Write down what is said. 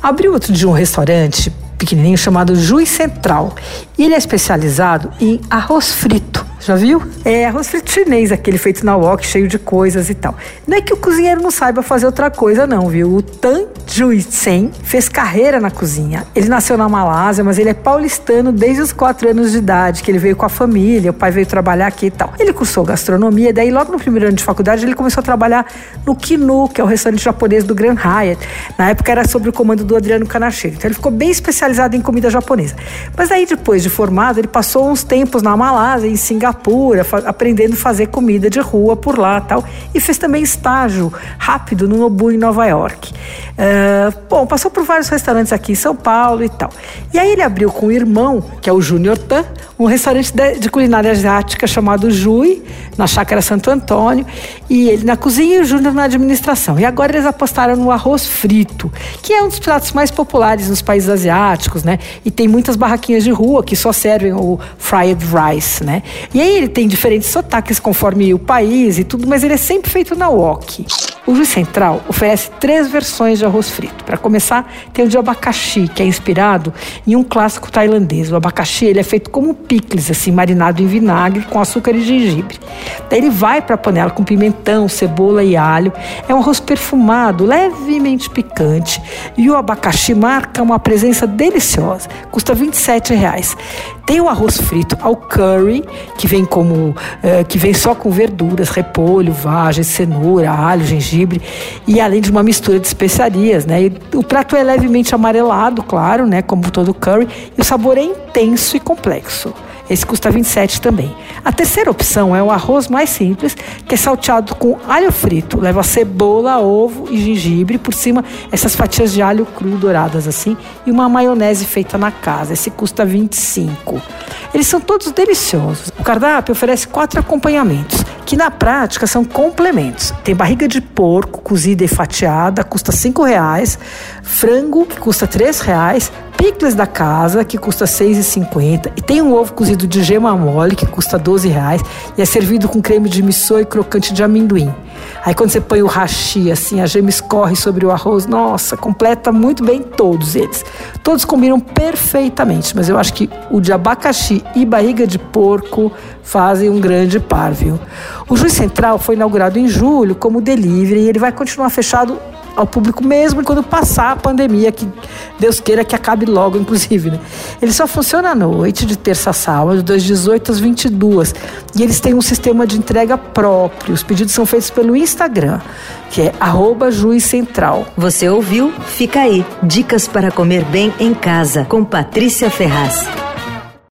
Abriu outro dia um restaurante pequenininho chamado Juiz Central. E ele é especializado em arroz frito. Já viu? É arroz frito chinês, aquele feito na wok, cheio de coisas e tal. Não é que o cozinheiro não saiba fazer outra coisa não, viu? O Tan Jui-sen fez carreira na cozinha. Ele nasceu na Malásia, mas ele é paulistano desde os 4 anos de idade, que ele veio com a família, o pai veio trabalhar aqui e tal. Ele cursou gastronomia, daí logo no primeiro ano de faculdade ele começou a trabalhar no Kinu, que é o restaurante japonês do Grand Hyatt. Na época era sob o comando do Adriano Canachero. Então ele ficou bem especializado em comida japonesa. Mas aí depois de formado, ele passou uns tempos na Malásia, em Singapura, aprendendo a fazer comida de rua por lá e tal, e fez também estágio rápido no Nobu em Nova York. Passou por vários restaurantes aqui em São Paulo e tal. E aí ele abriu com o irmão, que é o Júnior Tan, um restaurante de culinária asiática chamado Jui, na Chácara Santo Antônio, e ele na cozinha e o Júnior na administração. E agora eles apostaram no arroz frito, que é um dos pratos mais populares nos países asiáticos, né? E tem muitas barraquinhas de rua que só servem o fried rice, né? E aí ele tem diferentes sotaques conforme o país e tudo, mas ele é sempre feito na wok. O Juiz Central oferece 3 versões de arroz frito. Para começar, tem o de abacaxi, que é inspirado em um clássico tailandês. O abacaxi ele é feito como picles, assim, marinado em vinagre com açúcar e gengibre. Daí ele vai para a panela com pimentão, cebola e alho. É um arroz perfumado, levemente picante. E o abacaxi marca uma presença deliciosa. Custa R$27. Tem o arroz frito ao curry, que vem só com verduras, repolho, vagem, cenoura, alho, gengibre, e além de uma mistura de especiarias, né? E o prato é levemente amarelado, claro, né? Como todo curry, e o sabor é intenso e complexo. Esse custa R$27 também. A terceira opção é o arroz mais simples, que é salteado com alho frito. Leva cebola, ovo e gengibre. Por cima, essas fatias de alho cru douradas assim. E uma maionese feita na casa. Esse custa R$25. Eles são todos deliciosos. O cardápio oferece 4 acompanhamentos, que na prática são complementos. Tem barriga de porco cozida e fatiada, custa R$5. Frango, que custa R$3. Picles da casa, que custa R$6,50. E tem um ovo cozido de gema mole, que custa R$12. E é servido com creme de missô e crocante de amendoim. Aí quando você põe o hashi, assim, a gema escorre sobre o arroz. Nossa, completa muito bem todos eles. Todos combinam perfeitamente, mas eu acho que o de abacaxi e barriga de porco fazem um grande par, viu? O Juiz Central foi inaugurado em julho como delivery e ele vai continuar fechado ao público mesmo quando passar a pandemia, que Deus queira que acabe logo, inclusive, né? Ele só funciona à noite, de terça a sábado, das 18 às 22. E eles têm um sistema de entrega próprio. Os pedidos são feitos pelo Instagram, que é @juizcentral. Você ouviu? Fica aí. Dicas para comer bem em casa, com Patrícia Ferraz.